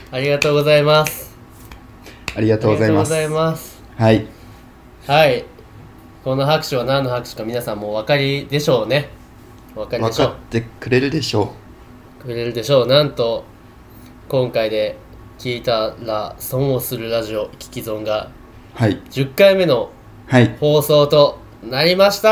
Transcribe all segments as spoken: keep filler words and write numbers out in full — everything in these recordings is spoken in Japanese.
ありがとうございます。 ありがとうございます。 ありがとうございます。 はいはい。この拍手は何の拍手か皆さんもお分かりでしょうね。お分かりでしょう。 分かってくれるでしょう。くれるでしょう。なんと今回で聞いたら損をするラジオ聞き損がはいじゅっかいめのはい放送となりました。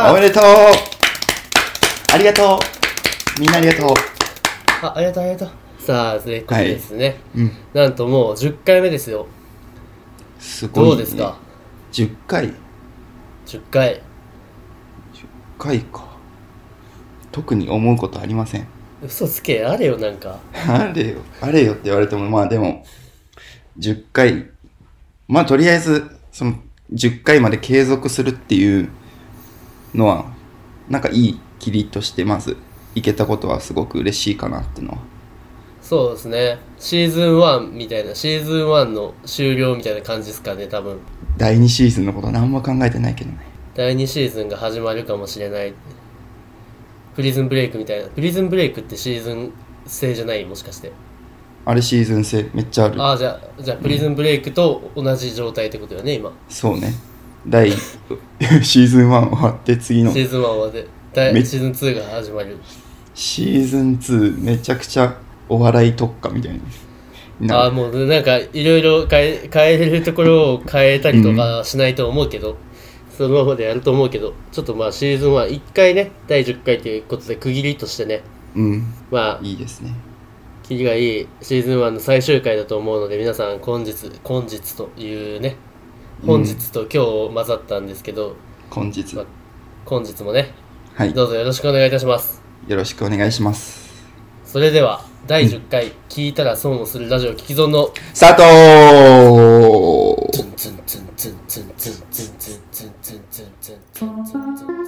おめでとう。ありがとう。みんなありがとう。 あ、ありがとうありがとう。さあということでですね、 はい、うん、 なんともうじゅっかいめですよ。 すごい、ね、 どうですか。 じゅっかいじゅっかいじゅっかいか。特に思うことありません。 嘘つけ。あれよ。なんかあれよあれよって言われても、まあでもじゅっかい、まあとりあえずそのじゅっかいまで継続するっていうのはなんかいい切りとしてまずいけたことはすごく嬉しいかなっていうのは。 そうですね。シーズンワンみたいな、シーズンワンの終了みたいな感じですかね、多分。 だいにシーズンのこと何も考えてないけどね。 だいにシーズンが始まるかもしれない。プリズンブレイクみたいな。プリズンブレイクってシーズン制じゃない？もしかして。 あれシーズン制めっちゃある。 ああ、じゃあ、じゃあプリズンブレイクと同じ状態ってことよね、今。 そうね。第シーズンワン終わって次のシーズンワン終わって第シーズンツーが始まる。 シーズンツーめちゃくちゃお笑い特化みたいな。 ああ、もうなんかいろいろ変え変えれるところを変えたりとかしないと思うけど、うん、そのままでやると思うけど、ちょっとまあシーズンワンいっかいね、だいじゅっかいということで区切りとしてね、 うん、 まあいいですね。 切りがいいシーズンワンの最終回だと思うので、皆さん本日本日というね、本日と今日混ざったんですけど、うん、 本日、まあ、 本日もね、 はい、 どうぞよろしくお願いいたします。 よろしくお願いします。 それではだいじゅっかい、うん、聞いたら損をするラジオ聞き損のスタートー。 ツンツンツンツンツンツンツンツンツンツンツンツンツンツンツン。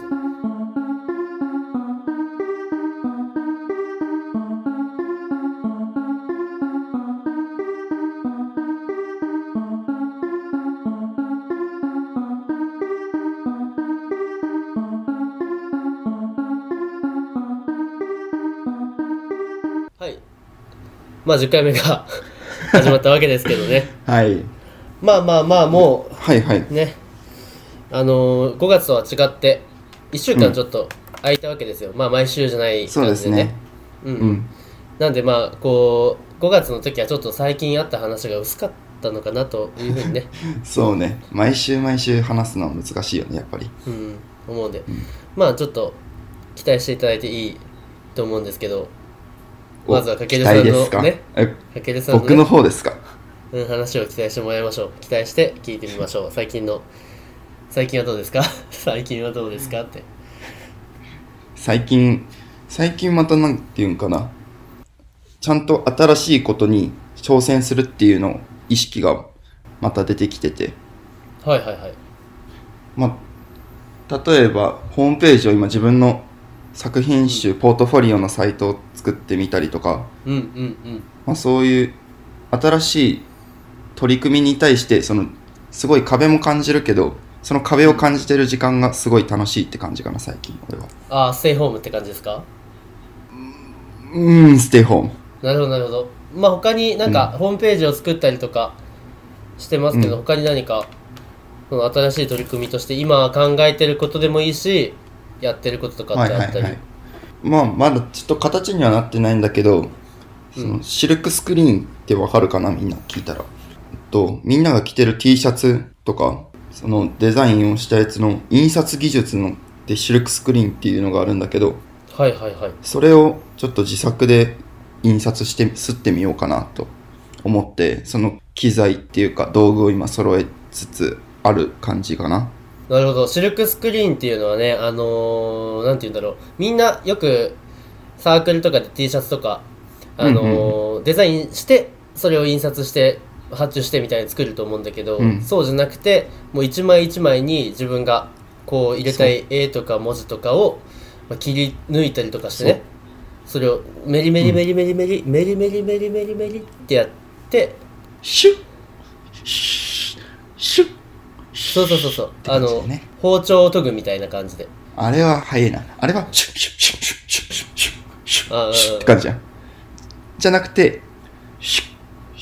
はい、まあじゅっかいめが始まったわけですけどね。 はい。 まあまあまあもう、 はいはい。 ね、あのー、ごがつとは違っていっしゅうかんちょっと空いたわけですよ。うん、まあ毎週じゃない感じでね。 そうですね。 うん。うん、なんでまあこうごがつの時はちょっと最近あった話が薄かったのかなというふうにね。 そうね。毎週毎週話すのは難しいよねやっぱり。 うん、思うんで、うん、まあちょっと期待していただいていいと思うんですけど。まずはかけるさんのね、かけるさんの、ね、 僕の方ですか。 うん、話を期待してもらいましょう。期待して聞いてみましょう。最近の最近はどうですか最近はどうですかって。 最近最近またなんていうんかな、ちゃんと新しいことに挑戦するっていうの意識がまた出てきてて、 はいはいはい。 まあ例えばホームページを今自分の作品集、うん、ポートフォリオのサイトを作ってみたりとか、 うんうんうんまあ、そういう新しい取り組みに対してそのすごい壁も感じるけど、その壁を感じてる時間がすごい楽しいって感じかな最近俺は。 ああ、ステイホームって感じですか。 うん、ステイホーム。 なるほどなるほど。まあ他になんかホームページを作ったりとかしてますけど、うん、他に何かその新しい取り組みとして今考えてることでもいいしやってることとかってあったり。はいはいはい、 まあまだちょっと形にはなってないんだけど、そのシルクスクリーンってわかるかな、みんな聞いたら。とみんなが着てる T シャツとかそのデザインをしたやつの印刷技術のでシルクスクリーンっていうのがあるんだけど、 はいはいはい、 それをちょっと自作で印刷して刷ってみようかなと思って、その機材っていうか道具を今揃えつつある感じかな。 なるほど。シルクスクリーンっていうのはね、あのー、なんて言うんだろう、みんなよくサークルとかで T シャツとか、あのーうんうん、デザインしてそれを印刷して発注してみたいに作ると思うんだけど、うん、そうじゃなくてもう一枚一枚に自分がこう入れたい絵とか文字とかを切り抜いたりとかしてね、 そ, それをメリメリメリメリメリ、うん、メリメリメリメリメリってやってシュッシュッシュッそうそうそうそう、あの包丁を研ぐみたいな感じで。 あれは早いな。あれはシュッシュッシュッシュッシュッシュッシュッシュッって感じじゃん。じゃなくてシュッ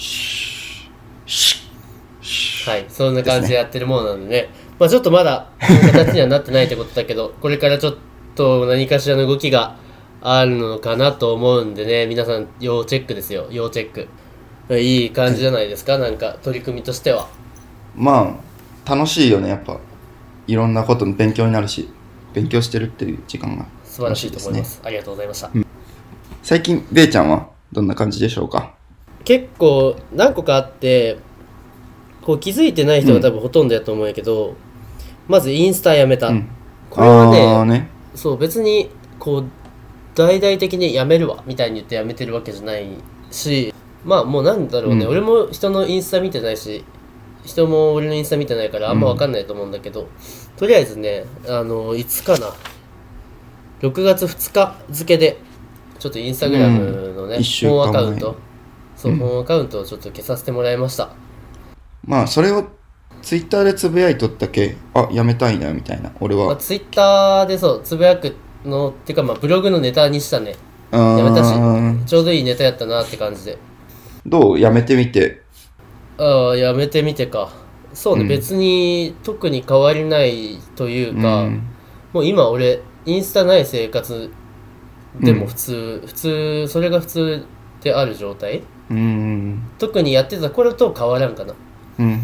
はい、そんな感じでやってるものなんでね、まあちょっとまだ形にはなってないってことだけど、これからちょっと何かしらの動きがあるのかなと思うんでね、皆さん要チェックですよ、要チェック。いい感じじゃないですか、なんか取り組みとしては。 まあ楽しいよね、やっぱいろんなことの勉強になるし、勉強してるっていう時間が素晴らしいと思います。ありがとうございました。 うん、最近ベイちゃんはどんな感じでしょうか？ 結構何個かあって、こう気づいてない人が多分ほとんどやと思うんやけど、うん、まずインスタやめた、うん、これは ね, あねそう別にこう大々的にやめるわみたいに言ってやめてるわけじゃないし、まあもうなんだろうね、うん、俺も人のインスタ見てないし、人も俺のインスタ見てないからあんま分かんないと思うんだけど、うん、とりあえずね、あのいつかなろくがつふつか付でちょっとインスタグラムのね、うん、本アカウントそう、うん、本アカウントをちょっと消させてもらいました。 まあそれをツイッターでつぶやいとったけ、あやめたいなみたいな、俺は、まあ、 ツイッターでそうつぶやくのっていうか、まあブログのネタにしたね。やめたしちょうどいいネタやったなって感じで。 どうやめてみて？ ああやめてみてか。そうね、うん、別に特に変わりないというか、うん、もう今俺インスタない生活でも普通、うん、普通それが普通である状態、うん、特にやってた頃と変わらんかな。うんうんうんうん、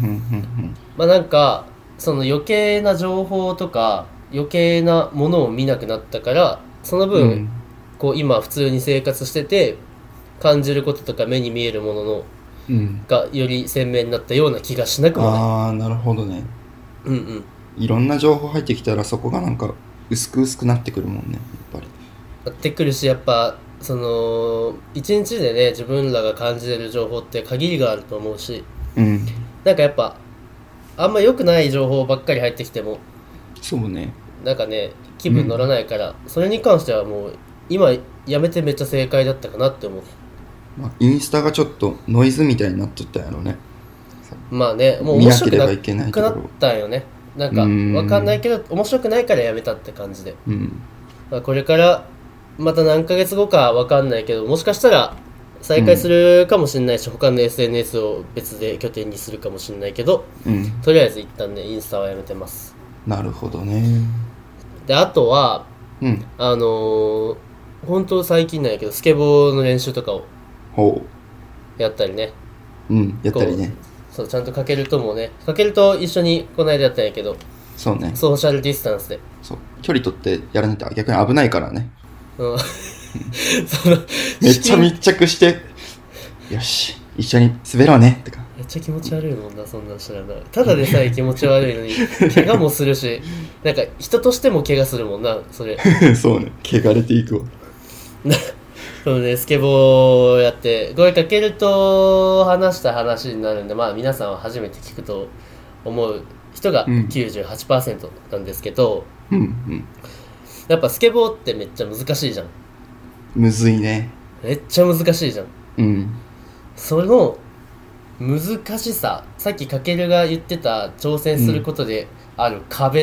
まあなんかその余計な情報とか余計なものを見なくなったから、その分、うん、こう今普通に生活してて感じることとか目に見えるものの、うん、がより鮮明になったような気がしなくもない。 ああなるほどね。 うんうん。 いろんな情報入ってきたらそこがなんか薄く薄くなってくるもんね、やっぱり。 なってくるし、やっぱその一日でね自分らが感じれる情報って限りがあると思うし、うん、なんかやっぱあんま良くない情報ばっかり入ってきてもそうね、 なんかね気分乗らないから、うん、それに関してはもう今やめてめっちゃ正解だったかなって思う。 まあ、インスタがちょっとノイズみたいになっとったんやろね。 まあね、もう面白くなくなったんよね。なんか分かんないけど面白くないからやめたって感じで、うん、まあ、これからまた何ヶ月後か分かんないけど、もしかしたら再開するかもしれないし、うん、他の エスエヌエス を別で拠点にするかもしれないけど、うん、とりあえず一旦ねインスタはやめてます。 なるほどね。 であとは、うん、あのー、本当最近なんやけどスケボーの練習とかをやったりね。 うんやったりね。 そうちゃんとかけるともね、かけると一緒にこの間やったんやけど、 そうね、 ソーシャルディスタンスでそう距離取ってやらないと逆に危ないからね。うん、 そのめっちゃ密着してよし一緒に滑ろうねとか、 めっちゃ気持ち悪いもんな、そんなんしたらな。ただでさえ気持ち悪いのに怪我もするし、なんか人としても怪我するもんなそれ。 そうね、汚れていくわ。 そうね、スケボーやってこれかけると話した話になるんで、まあ皆さんは初めて聞くと思う人が きゅうじゅうはちパーセント なんですけど、うんうん、やっぱスケボーってめっちゃ難しいじゃん。 むずいね。 めっちゃ難しいじゃん。うん。その難しさ、さっきかけるが言ってた挑戦することである壁って、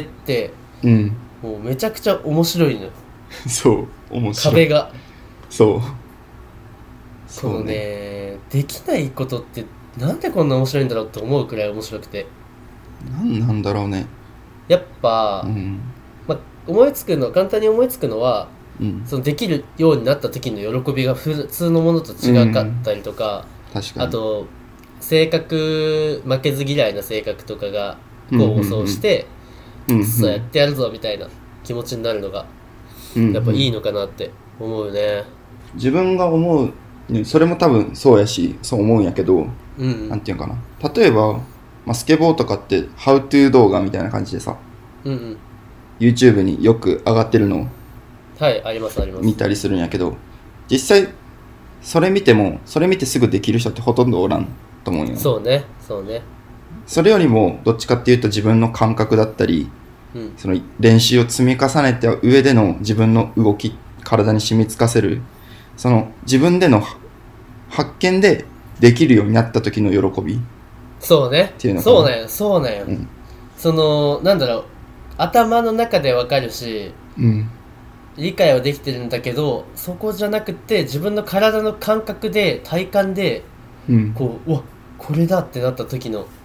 うん、もうめちゃくちゃ面白いのよ。 そう面白い壁が。 そうそうね、ねできないことってなんでこんな面白いんだろうって思うくらい面白くて、 なんなんだろうね。 やっぱ、うんま、思いつくの簡単に思いつくのは、うん、そのできるようになった時の喜びが普通のものと違かったりとか、 うん、確かに。 あと性格負けず嫌いな性格とかが功を奏して、うんうんうん、そうやってやるぞみたいな気持ちになるのが、うんうん、やっぱいいのかなって思うね。 自分が思う、ね、それも多分そうやしそう思うんやけど、うんうん、なんていうかな、例えば、まあ、スケボーとかってハウトゥー動画みたいな感じでさ、うんうん、YouTube によく上がってるのをはいありますあります見たりするんやけど、実際それ見てもそれ見てすぐできる人ってほとんどおらんと思うよ。 そうねそうね。 それよりもどっちかっていうと自分の感覚だったり、うん、その練習を積み重ねた上での自分の動き、体に染みつかせるその自分での発見でできるようになった時の喜び。 そうねっていうのかな。そうなんよそうなんよ、うん、そのなんだろう、頭の中でわかるし、うん、理解はできてるんだけど、そこじゃなくて自分の体の感覚で体感で、うん、こううわこれだってなった時の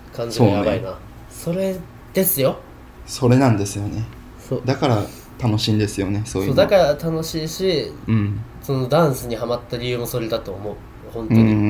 感じがやばいな。そ,、ね、それですよ。 それなんですよね。 そうだから楽しいんですよね、そういうの。 そうだから楽しいし、 うん、 そのダンスにハマった理由もそれだと思う。本当に。 うん、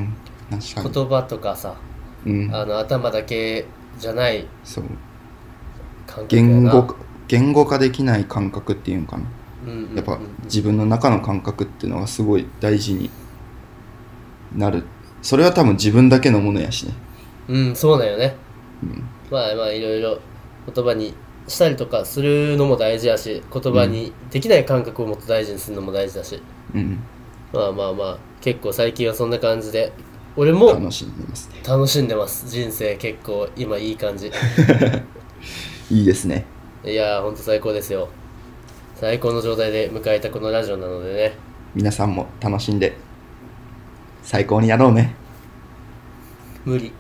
確かに。 言葉とかさ、うん、あの頭だけじゃないそう感覚やな。 言語言語化できない感覚っていうのかな、うんうんうんうん、やっぱ自分の中の感覚っていうのがすごい大事になる。それは多分自分だけのものやしね。 うんそうだよね、 うん、 まあまあいろいろ言葉にしたりとかするのも大事だし、言葉にできない感覚をもっと大事にするのも大事だし、うん、まあまあまあ結構最近はそんな感じで俺も楽しんでますね。 楽しんでます。人生結構今いい感じいいですね。 いやーほんと最高ですよ。最高の状態で迎えたこのラジオなのでね、 皆さんも楽しんで最高にやろうね。 無理。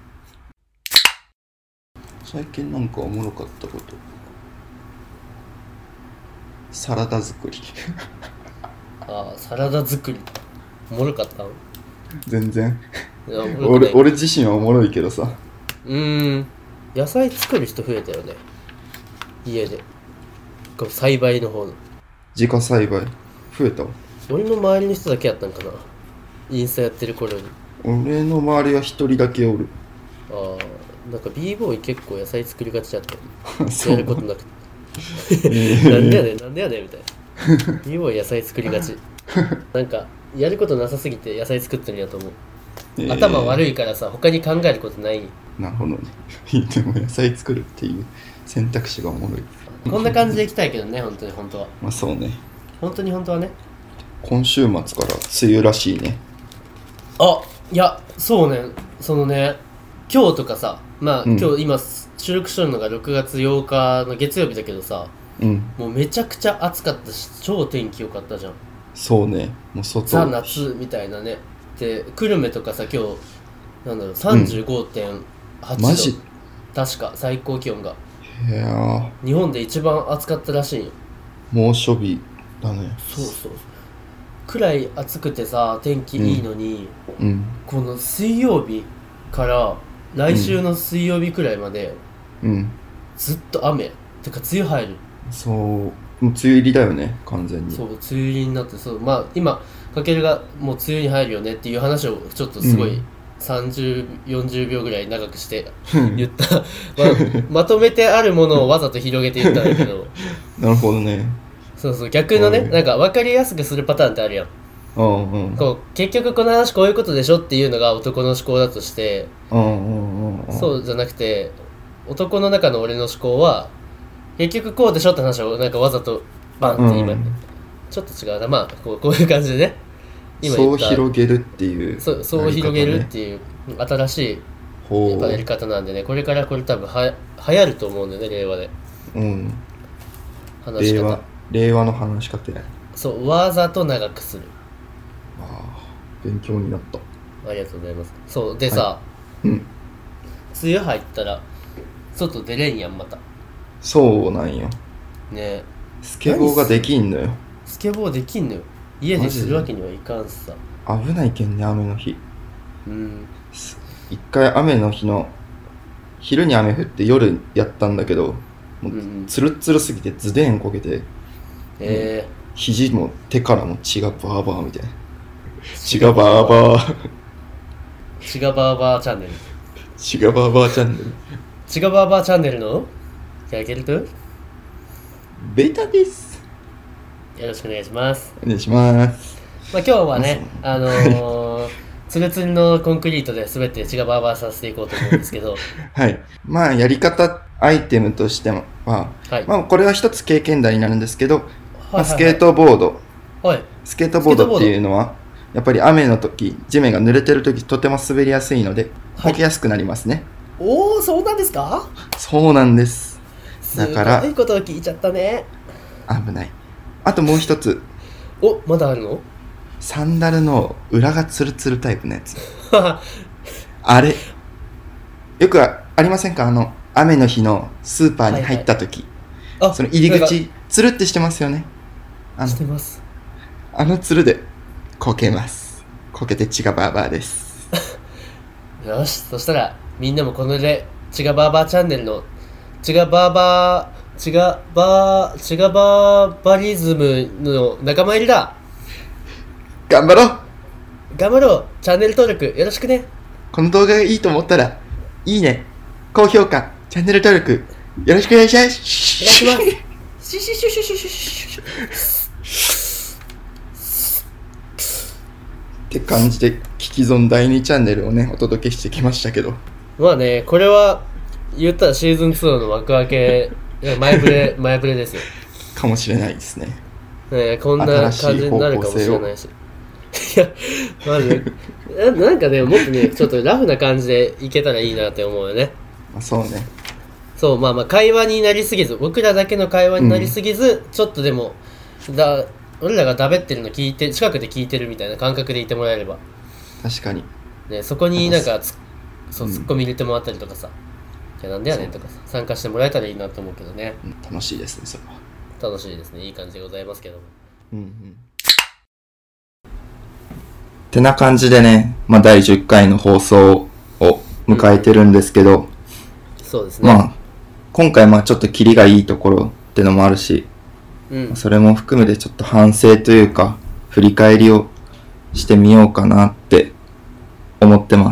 最近なんかおもろかったこと、サラダ作りああサラダ作りおもろかった。 全然俺, 俺自身はおもろいけどさ。 うーん野菜作る人増えたよね、家で。こう栽培の方の自家栽培増えたわ。 俺の周りの人だけやったんかな、インスタやってる頃に。 俺の周りは一人だけおる。 ああなんか b ボーイ結構野菜作りがちだった。やることなくてなんでやねんなんでやねんみたいな。 b ボーイ野菜作りがちなんかやることなさすぎて野菜作ってるんやと思う、えー、頭悪いからさ他に考えることない。 なるほどね。でも野菜作るっていう選択肢がおもろい。 こんな感じでいきたいけどね、本当に本当は。 まあそうね。 本当に本当はね。 今週末から梅雨らしいね。 あ、いや、そうね。そのね、今日とかさ、まあ、うん、今日今収録してるのがろくがつようかの月曜日だけどさ、うん、もうめちゃくちゃ暑かったし、超天気良かったじゃん。 そうね。もう外。 ザ夏みたいなね。で、久留米とかさ、今日なんだろう さんじゅうごてんはちど、うん、マジ？確か最高気温が。 いや日本で一番暑かったらしいよ。 猛暑日だね。 そうそうくらい暑くてさ天気いいのに、うんうん、この水曜日から来週の水曜日くらいまで、うん、ずっと雨てか梅雨入る。 そうもう梅雨入りだよね完全に。 そう梅雨入りになって、そうまあ今かけるがもう梅雨に入るよねっていう話をちょっとすごい、うんさんじゅう、よんじゅうびょうぐらい長くして言った、ま, まとめてあるものをわざと広げて言ったんだけどなるほどね。 そうそう逆のね、なんか分かりやすくするパターンってあるやん。うんうん、こう結局この話こういうことでしょっていうのが男の思考だとして、うんうんうん、そうじゃなくて男の中の俺の思考は結局こうでしょって話をなんかわざとバンって今、うん、ちょっと違うな、まあこう、こういう感じでね今言ったそう広げるっていう、 ね、そうそう広げるっていう新しいやっぱやり方なんでね、これからこれ多分は流行ると思うんだよね令和で。うん話し方令和令和の話し方や。 そうわざと長くする。 ああ勉強になった。 ありがとうございます。そうでさ、はい、うん梅雨入ったら外出れんやんまた。 そうなんよね。 スケボーができんのよ。 スケボーできんのよ。家でするわけにはいかんさ。 危ないけんね雨の日。うん一回雨の日の昼に雨降って夜やったんだけどもうツルッツルすぎてズデーンこけて、えー、肘も手からも血がバーバーみたいな。血がバーバー血がバーバーチャンネル血がバーバーチャンネル血がバーバーチャンネルのやけるとベータです。 よろしくお願いします。 お願いします。 まあ、今日はねあのー、ツルツルのコンクリートで滑って血がバーバーさせていこうと思うんですけどはいまあやり方アイテムとしては、はいまあ、これは一つ経験談になるんですけど、はいはいはいまあ、スケートボード、はい、スケートボードっていうのはやっぱり雨の時地面が濡れてる時とても滑りやすいのでこけやすくなりますね、 はい、おおそうなんですか。 そうなんです。だからすごいことを聞いちゃったね。 危ない。あともう一つ。 おまだあるの。 サンダルの裏がツルツルタイプのやつあれよくありませんか、あの雨の日のスーパーに入った時、はいはい、その入り口ツルってしてますよね。あのしてます。 あのツルでこけます。こけて血がバーバーですよしそしたらみんなもこのでちがバーバーチャンネルのちがバーバーちがバーちがバーバリズムの仲間入りだ。 頑張ろう。 頑張ろう。チャンネル登録よろしくね。 この動画がいいと思ったらいいね、高評価、チャンネル登録よろしくお願いします。 お願いしますシュシュシュシュシュシュシュって感じで聞き損だいにチャンネルをねお届けしてきましたけど、 まあね、これは言ったらシーズンツーの幕開け前触れ前触れですよ。 かもしれないですね。 ね、こんな感じになるかもしれないし。いや、まずな、なんかね、もっとね、ちょっとラフな感じでいけたらいいなって思うよね。 あ、そうね。 そう、まあまあ、会話になりすぎず、僕らだけの会話になりすぎず、うん、ちょっとでも、だ俺らがだべってるの聞いて、近くで聞いてるみたいな感覚でいてもらえれば。 確かに。 ね、そこになんかつ、そう、ツッコミ入れてもらったりとかさ、うん、いや、なんでやねんとかさ、参加してもらえたらいいなと思うけどね。 うん、楽しいですね、それは。 楽しいですね、いい感じでございますけども。 うんうん。てな感じでね、まあ、だいじゅっかいの放送を迎えてるんですけど、うん、 そうですね。 まあ、今回まあちょっとキリがいいところってのもあるし、うん、それも含めてちょっと反省というか、振り返りをしてみようかなって思ってます。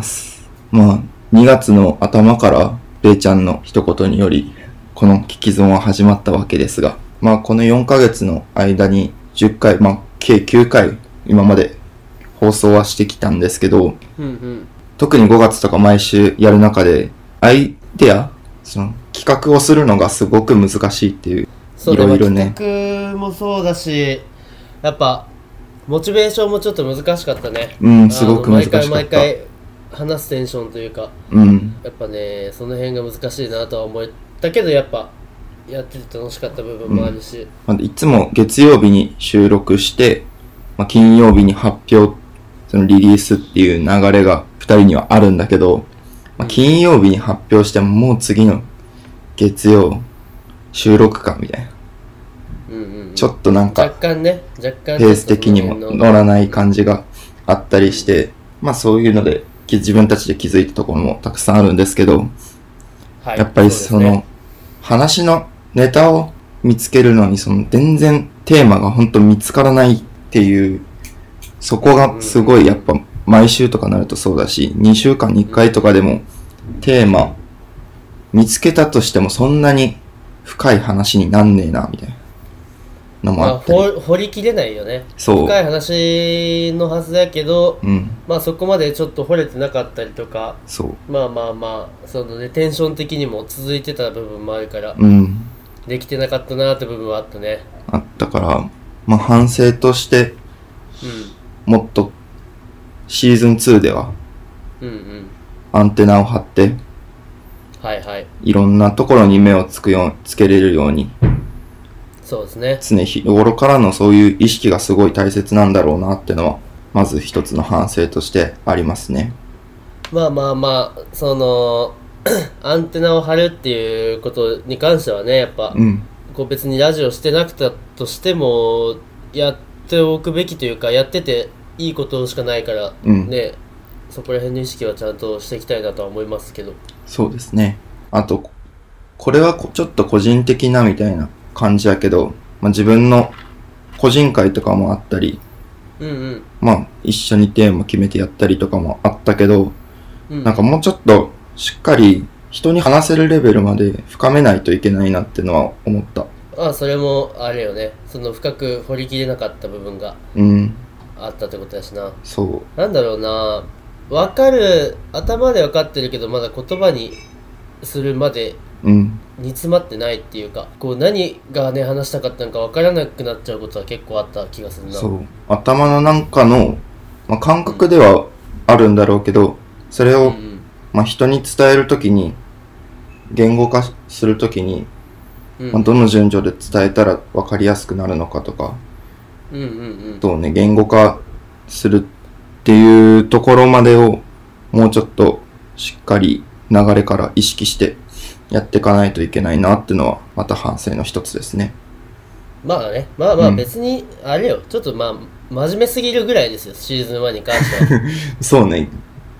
まあ、にがつの頭から、れいちゃんの一言により、この聞き損は始まったわけですが、まあこのよんかげつの間にじゅっかい、まあ計きゅうかい今まで放送はしてきたんですけど、 うんうん、 特にごがつとか毎週やる中でアイデア、その企画をするのがすごく難しいっていう、いろいろね。 企画もそうだし、やっぱモチベーションもちょっと難しかったね。 うん、すごく難しかった。 毎回毎回話すテンションというか、 うん、 やっぱねその辺が難しいなとは思ったけど、やっぱやってて楽しかった部分もあるし、 うん、いつも月曜日に収録して、まあ、金曜日に発表、そのリリースっていう流れがふたりにはあるんだけど、まあ、金曜日に発表してももう次の月曜収録かみたいな、 うんうんうん、 ちょっとなんか若干ね若干ペース的にも乗らない感じがあったりして、まあそういうので自分たちで気づいたところもたくさんあるんですけど、はい、やっぱりその話のネタを見つけるのにその全然テーマが本当見つからないっていう、そこがすごいやっぱ毎週とかなるとそうだし、にしゅうかんにいっかいとかでもテーマ見つけたとしてもそんなに深い話になんねえなみたいなのもあったり、 まあ、掘りきれないよね。 そう深い話のはずだけど、 うん、 まあそこまでちょっと掘れてなかったりとか、 そうまあまあまあそのねテンション的にも続いてた部分もあるから、 うん、 できてなかったなって部分はあったね。 あったから、まあ反省として、うん、もっとシーズンツーでは、 うんうん、 アンテナを張って、 はいはい、 いろんなところに目をつくようつけれるように、 そうですね。 常日頃からのそういう意識がすごい大切なんだろうなってのは、まず一つの反省としてありますね。 まあまあまあ、そのアンテナを張るっていうことに関してはね、やっぱ、うん、こう別にラジオしてなくたとしてもやっておくべきというか、やってていいことしかないからね、うん、そこら辺の意識はちゃんとしていきたいなとは思いますけど。 そうですね。あとこれはちょっと個人的なみたいな感じやけど、まあ、自分の個人会とかもあったり、 うんうん、 まあ一緒にテーマ決めてやったりとかもあったけど、うん、なんかもうちょっとしっかり人に話せるレベルまで深めないといけないなってのは思った。 ああ、それもあれよね。その深く掘りきれなかった部分があったってことやしな。 うん、そう。 なんだろうな。わかる、頭でわかってるけどまだ言葉にするまで煮詰まってないっていうか、こう何がね話したかったのかわからなくなっちゃうことは結構あった気がするな。 そう。頭のなんかの、まあ、感覚ではあるんだろうけど、それを、うん、まあ、人に伝えるときに、言語化するときに、うん、まあ、どの順序で伝えたら分かりやすくなるのかとか、 うんうんうん、 とね、言語化するっていうところまでをもうちょっとしっかり流れから意識してやっていかないといけないなっていうのはまた反省の一つですね。 まあね、まあまあ別にあれよ、うん、ちょっとまあ真面目すぎるぐらいですよ、シーズンワンに関しては。 そうね。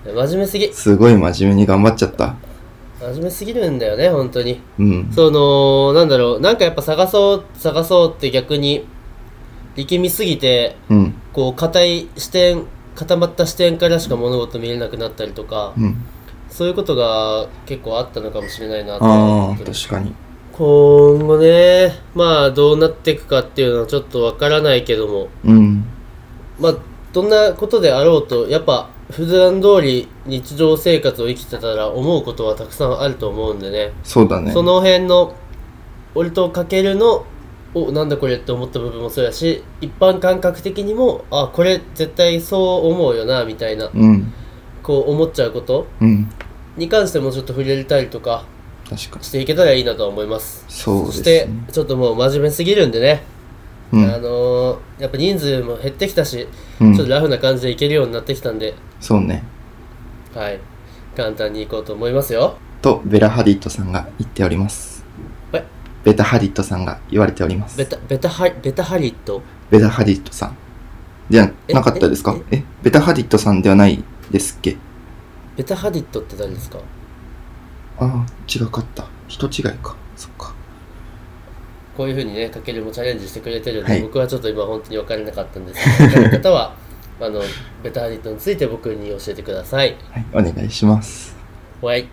真面目すぎ。 すごい真面目に頑張っちゃった。 真面目すぎるんだよね、本当に。 うん。 その、なんだろう、なんかやっぱ探そう、探そうって逆に、力みすぎて、 うん。 こう、固い視点、固まった視点からしか物事見れなくなったりとか、 うん。 そういうことが結構あったのかもしれないなとあ思って。 あ、確かに。 今後ね、まあどうなっていくかっていうのはちょっとわからないけども、 うん。 まあどんなことであろうと、やっぱ普段通り日常生活を生きてたら思うことはたくさんあると思うんでね。 そうだね。 その辺の、俺とかけるの、お、なんだこれって思った部分もそうやし、一般感覚的にも、あ、これ絶対そう思うよな、みたいな、 うん。 こう思っちゃうことうん。 に関してもちょっと触れたりとか確かに。 していけたらいいなとは思います。 そうですね。 そしてちょっともう真面目すぎるんでね、 うん。 あのー、やっぱ人数も減ってきたし、 うんちょっとラフな感じでいけるようになってきたんで、 そうね。 はい、簡単にいこうと思いますよ。 と、ベラ・ハディットさんが言っております。 えベタ・ハディットさんが言われております。 ベタベタハベタハリットベタ・ハディットさん。じゃなかったですか？えベタ・ハディットさんではないですっけ？ ベタハリットって誰ですか？ ああ、違かった。人違いか。そっか。 こういう風にね、かけるもチャレンジしてくれてるんで、 はい僕はちょっと今本当に分からなかったんですけど、分かる方はあのベタハリットについて僕に教えてください。 はい、お願いします。 はい。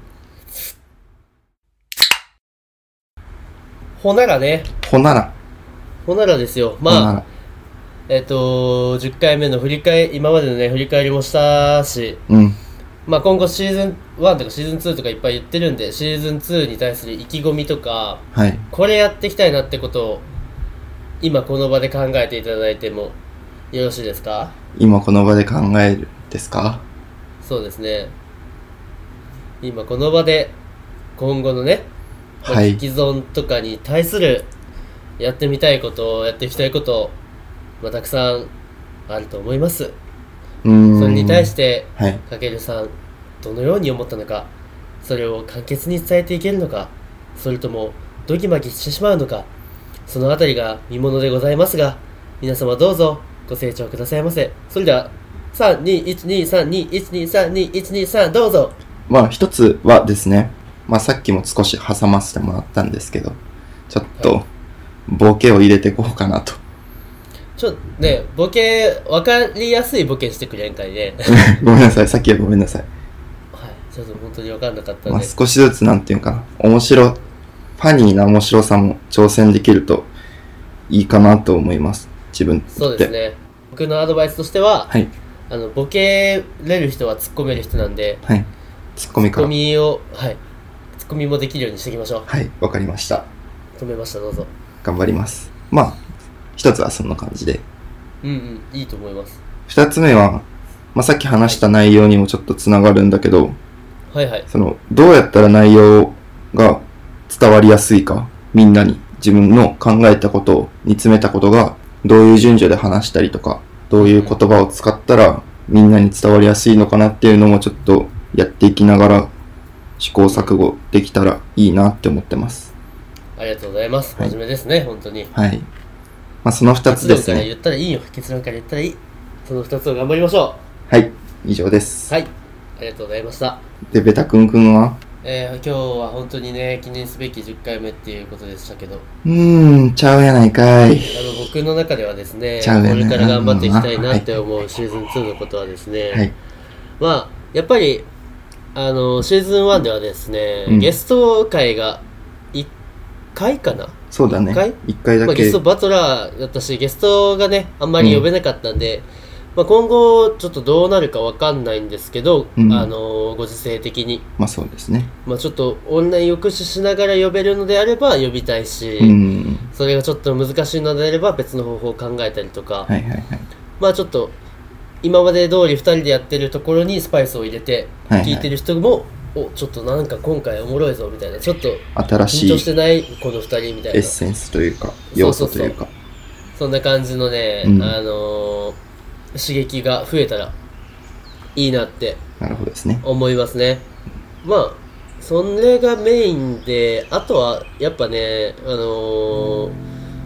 ほならね、 ほなら。 ほならですよ。 ほなまあ、 ら。 えっと、じゅっかいめの振り返り、今までのね、振り返りもしたし、 うん。 まあ今後シーズンワンとかシーズンツーとかいっぱい言ってるんで、シーズンツーに対する意気込みとか、 はい。 これやっていきたいなってことを、今この場で考えていただいてもよろしいですか？ 今この場で考えるですか？ そうですね。今この場で、今後のね、まあはい既存とかに対するやってみたいことを、やっていきたいことを、まあ、たくさんあると思います。 うーん。 それに対してはい。 かけるさんどのように思ったのか、それを簡潔に伝えていけるのか、それともドギマギしてしまうのか、そのあたりが見ものでございますが、皆様どうぞご清聴くださいませ。それではさんにいちにさんにいちにさんにいちにさんどうぞ。 まあ一つはですね、まあさっきも少し挟ませてもらったんですけど、ちょっとボケを入れていこうかなと。 ちょっとね、ボケ、わかりやすいボケしてくれんかいね。 ごめんなさい、さっきはごめんなさい。 はい、ちょっと本当にわかんなかったんで。 まあ少しずつなんていうかな、面白、ファニーな面白さも挑戦できるといいかなと思います。自分って。 そうですね。僕のアドバイスとしては、 はい。 あのボケれる人は突っ込める人なんで、 はい。ツッコミツッコから。 ミを、はい、ツッコミもできるようにしていきましょう。 はい、わかりました。 止めました、どうぞ。 頑張ります。まあ、一つはそんな感じで。 うんうん、いいと思います。 二つ目は、まあさっき話した内容にもちょっとつながるんだけど、 はいはい。 その、どうやったら内容が伝わりやすいか、みんなに自分の考えたことを煮詰めたことが、どういう順序で話したりとか、どういう言葉を使ったらみんなに伝わりやすいのかなっていうのもちょっとやっていきながら試行錯誤できたらいいなって思ってます。 ありがとうございます。 はい真面目ですね、本当に。 はい。まあその二つです結論から言ね。 ったらいいよ。結論から言ったらいい。その二つを頑張りましょはい。以上でう。 す。 はい。ありがとうございました。 で、ベタくんくんはえー、今日は本当にね、記念すべきじゅっかいめっていうことでしたけど、 うーん、ちゃうやないかい。 あの僕の中ではですね、 ちゃうやなこれから頑張っていきたいなって思うシーズンツーのことはですね、 はい。 まあ、やっぱり、あの、シーズンワンではですね、 うんゲスト会がいっかいかな、 そうだね。 一回一回だまあ、ゲけ。 ストバトラーだったし、ゲストがね、あんまり呼べなかったんで、まあ、今後ちょっとどうなるかわかんないんですけど、 うんあのご時世的に、 まあそうですね。 まあ、ちょっとオンラインを駆使しながら呼べるのであれば呼びたいし、 うん。 それがちょっと難しいのであれば別の方法を考えたりとか、 はいはいはい。 まあちょっと今まで通りふたりでやってるところにスパイスを入れてはいはい聞いてる人も、おちょっとなんか今回おもろいぞみたいな、ちょっと新しい緊張してないこのふたりみたいな、 エッセンスというか、要素というか。 そんな感じのね、 うんあのー刺激が増えたらいいなってなるほどですね。 思いますね。まあそれがメインで、あとはやっぱね、あのー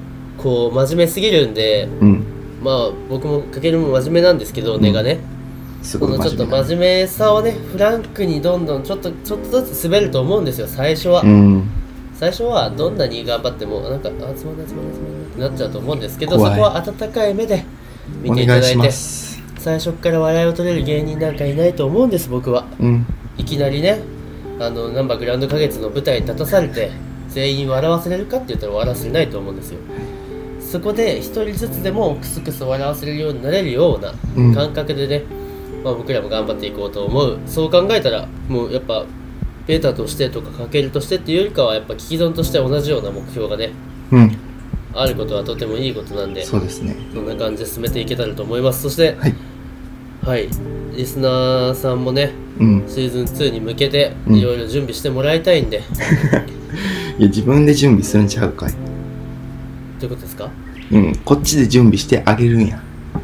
こう真面目すぎるんで、 うん。 まあ僕もかけるも真面目なんですけど、根がね、 すごいこのちょっと真面目だね。 真面目さをねフランクにどんどんちょっとちょっとずつ滑ると思うんですよ最初は、 うん。 最初はどんなに頑張ってもなんかあつまんないつまんないつまんないってなっちゃうと思うんですけど、そ怖いこは温かい目で見おていただいて、 願いします。 最初から笑いを取れる芸人なんかいないと思うんです僕は。 うん。 いきなりねあのナンバーグランド花月の舞台に立たされて全員笑わせれるかって言ったら笑わせれないと思うんですよ。そこで一人ずつでもクスクス笑わせれるようになれるようなうん感覚でね、まあ、僕らも頑張っていこうと思う。そう考えたらもうやっぱベータとしてとかかけるとしてっていうよりかはやっぱ聞き損として同じような目標がねうん。 あることはとてもいいことなんで、 そうですね。 そんな感じで進めていけたらと思います。そしてはい。 はいリスナーさんもねうん。 シーズンツーに向けてうんいろいろ準備してもらいたいんで、 いや、自分で準備するんちゃうかい。 どういうことですか？ うん。こっちで準備してあげるんや。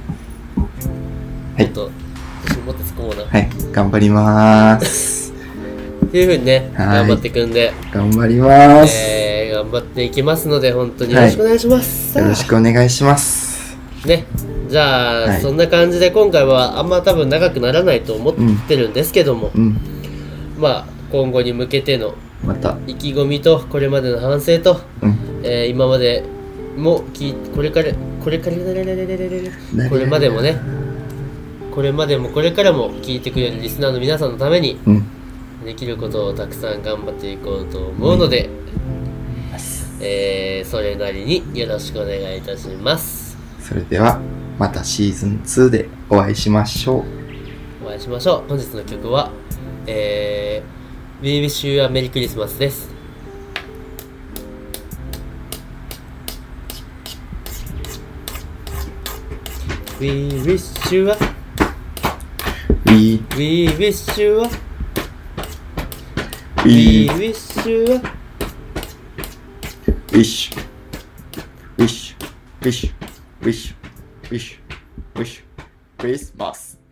はいもっと自信持って突っ込もうな、 はい。頑張りまーす。 っていう風にねはい頑張っていくんで、 頑張りまーす。 えー、頑張っていきますので本当によろしくお願いします、 よろしくお願いします。 ね。じゃあ、 はいそんな感じで今回はあんま多分長くならないと思ってるんですけども、 うん。 まあ今後に向けてのまた。 意気込みとこれまでの反省と、 うん。 えー今までもきこれからこれからこれまでもねこれまでもこれからも聞いてくれるリスナーの皆さんのためにうん。 できることをたくさん頑張っていこうと思うので、えーそれなりによろしくお願いいたします。 それでは、またシーズンツーでお会いしましょう。 お会いしましょう。本日の曲は、えー、We Wish You a Merry Christmas です。We wish you a We, We wish you a we We wish you a wish, wish, wish, wish, wish, wish, Christmas.